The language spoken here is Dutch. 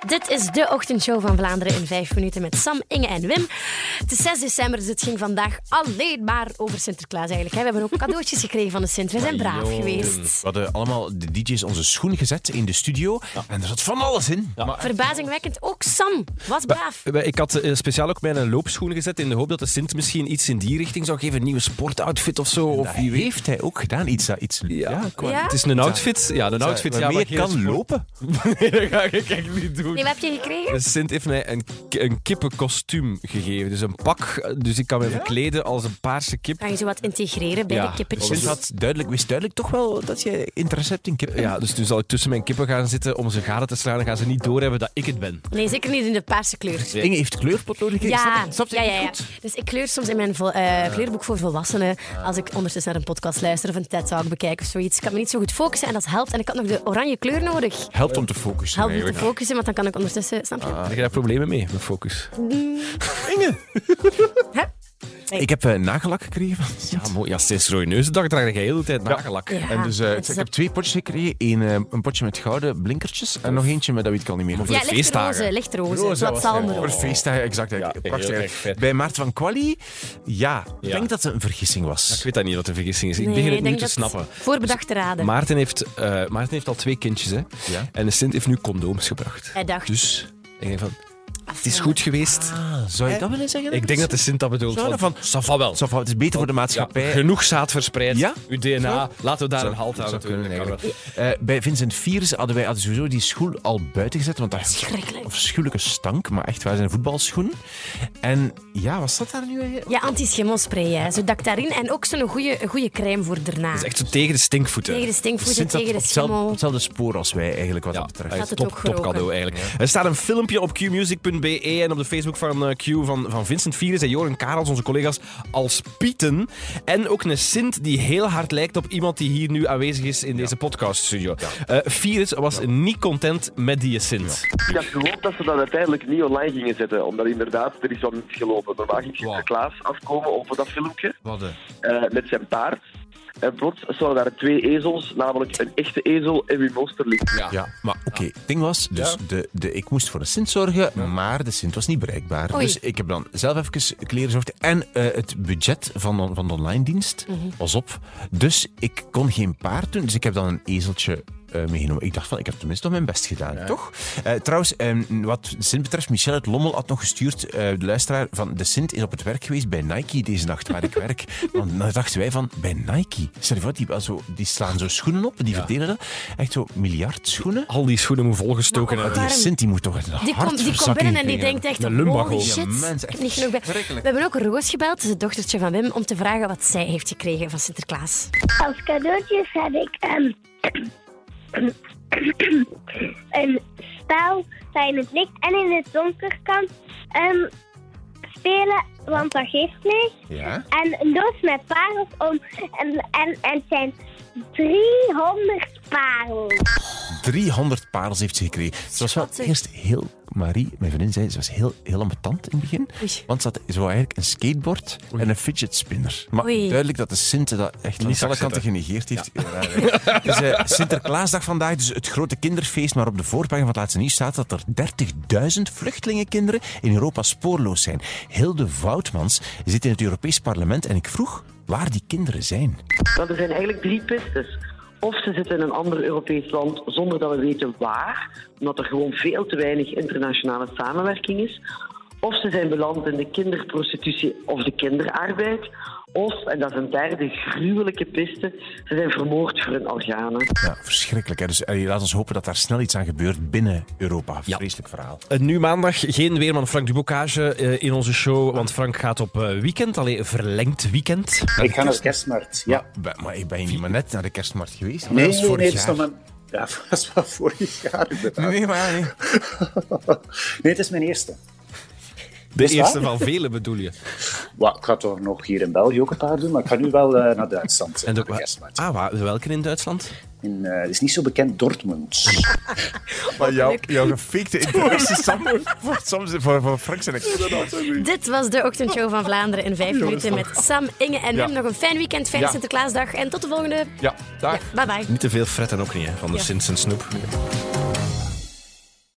Dit is de ochtendshow van Vlaanderen in 5 minuten met Sam, Inge en Wim. Het is 6 december, dus het ging vandaag alleen maar over Sinterklaas eigenlijk. We hebben ook cadeautjes gekregen van de Sint. We zijn braaf geweest. We hadden allemaal de DJ's onze schoen gezet in de studio. Ja. En er zat van alles in. Ja. Maar verbazingwekkend, ook Sam was braaf. Ik had speciaal ook mijn loopschoen gezet in de hoop dat de Sint misschien iets in die richting zou geven. Een nieuwe sportoutfit of zo. Of wie heeft hij ook gedaan? Iets ja? Het is een outfit. Ja, een outfit waarmee je kan lopen. Nee, dat ga ik echt niet doen. Nee, wat heb je gekregen? De Sint heeft mij een kippenkostuum gegeven. Dus een pak. Dus ik kan me verkleden als een paarse kip. Kan je zo wat integreren bij de kippertjes? Sint wist duidelijk toch wel dat je interesse hebt in kippen. Ja, dus nu zal ik tussen mijn kippen gaan zitten om ze gade te slaan. Dan gaan ze niet doorhebben dat ik het ben. Nee, zeker niet in de paarse kleur. Nee. Inge heeft kleurpotlood gekregen. Ja. Dus ik kleur soms in mijn kleurboek voor volwassenen als ik ondertussen naar een podcast luister of een TED-talk bekijk of zoiets. Ik kan me niet zo goed focussen en dat helpt. En ik had nog de oranje kleur nodig. Helpt om te focussen. Want dan kan ik ondertussen... Snap je? Heb je daar problemen mee, met focus? Inge! Hey. Ik heb nagellak gekregen. Ja, mooi. Ja, steeds rode neuzendag draag je de hele tijd nagellak. Ja. En dus, ik heb 2 potjes gekregen. Een potje met gouden blinkertjes en nog eentje met dat weet ik al niet meer. Voor de feestdagen. Lichtroze. Wat zalmroze. Voor de feestdagen, exact. Ja, bij Maarten van Quali, ik denk dat het een vergissing was. Ik weet dat niet wat een vergissing is. Ik begin het nu te snappen. Voorbedacht te raden. Maarten heeft al 2 kindjes. Hè? Ja? En de Sint heeft nu condooms gebracht. Hij dacht... Dus ik denk van... Het is goed geweest. Zou je dat willen zeggen? Ik denk dat de Sint dat bedoelt. Ça va wel. Het is beter voor de maatschappij. Ja, genoeg zaad verspreid. Ja? Uw DNA. Laten we daar een halt aan doen. Bij Vincent Viers hadden wij sowieso die schoen al buiten gezet. Want dat is schrikkelijk. Een afschuwelijke stank. Maar echt, waar zijn voetbalschoen. En ja, wat staat daar nu eigenlijk? Ja, anti-schimmelspray. Zo Dactarin en ook zo'n goede crème voor daarna. Dat is echt zo tegen de stinkvoeten. Tegen de stinkvoeten, tegen de schimmel. Hetzelfde spoor als wij eigenlijk wat dat betreft. Top cadeau eigenlijk. Ja. Er staat een filmpje op qmusic.be en op de Facebook van Q van Vincent Viers en Joren Karels, onze collega's, als Pieten. En ook een Sint die heel hard lijkt op iemand die hier nu aanwezig is in deze podcaststudio. Viers was niet content met die Sint. Ik had gehoopt dat ze dat uiteindelijk niet online gingen zetten, omdat inderdaad er is wat misgelopen. Normaal ging Sinterklaas afkomen over dat filmpje met zijn paard. En plots zouden daar 2 ezels, namelijk een echte ezel en Wim Oosterling. Ja, maar oké. Het ding was, dus ik moest voor de Sint zorgen, maar de Sint was niet bereikbaar. Oei. Dus ik heb dan zelf even kleren gezocht. En het budget van de online dienst was op. Dus ik kon geen paard doen. Dus ik heb dan een ezeltje meegenomen. Ik dacht van, ik heb tenminste nog mijn best gedaan, toch? Trouwens, wat de Sint betreft, Michel uit Lommel had nog gestuurd, de luisteraar, van de Sint is op het werk geweest bij Nike deze nacht waar ik werk. Want dan dachten wij van, bij Nike? Stel je voor, die slaan zo schoenen op, die verdelen dat. Echt zo miljard schoenen. Al die schoenen moeten volgestoken hebben. Die Sint die moet toch een hartverzakking die komt binnen en die denkt echt, holy shit, ik heb niet genoeg bij. We hebben ook Roos gebeld, het dochtertje van Wim, om te vragen wat zij heeft gekregen van Sinterklaas. Als cadeautjes heb ik een spel dat je in het licht en in het donker kan spelen, want dat geeft mij. Ja? En een doos met parels en het zijn 300 parels. 300 parels heeft ze gekregen. Ze was wel eerst heel... Marie, mijn vriendin, zei, ze was heel ambetant in het begin. Want ze had zo eigenlijk een skateboard en een fidget spinner. Maar duidelijk dat de Sint dat echt van alle kanten genegeerd heeft. Ja. Dus Sinterklaasdag vandaag, dus het grote kinderfeest, maar op de voorpagina van het laatste nieuws staat dat er 30.000 vluchtelingenkinderen in Europa spoorloos zijn. Hilde Woutmans zit in het Europees Parlement en ik vroeg waar die kinderen zijn. Want er zijn eigenlijk 3 pistes. Of ze zitten in een ander Europees land zonder dat we weten waar, omdat er gewoon veel te weinig internationale samenwerking is. Of ze zijn beland in de kinderprostitutie of de kinderarbeid. Of, en dat is een derde gruwelijke piste, ze zijn vermoord voor hun organen. Ja, verschrikkelijk. Hè? Dus laat ons hopen dat daar snel iets aan gebeurt binnen Europa. Vreselijk verhaal. Nu maandag geen weerman Frank Dubocage in onze show, want Frank gaat op weekend, verlengd weekend. Ik ga naar de kerstmarkt, ja. Maar ik ben niet maar net naar de kerstmarkt geweest? Nee, dat is nog maar... Ja, dat was wel vorig jaar inderdaad. Nee. Nee, het is mijn eerste. De eerste van vele bedoel je? Ik ga toch nog hier in België ook een paar doen, maar ik ga nu wel naar Duitsland. En welke in Duitsland? Het is niet zo bekend, Dortmund. Maar jouw gefakte interesse, voor Frank zijn Dit was de ochtendshow van Vlaanderen in 5 minuten met Sam, Inge en Wim. Nog een fijn weekend, fijne Sinterklaasdag en tot de volgende. Ja, dag. Bye bye. Niet te veel fretten ook niet, van de Sint en snoep.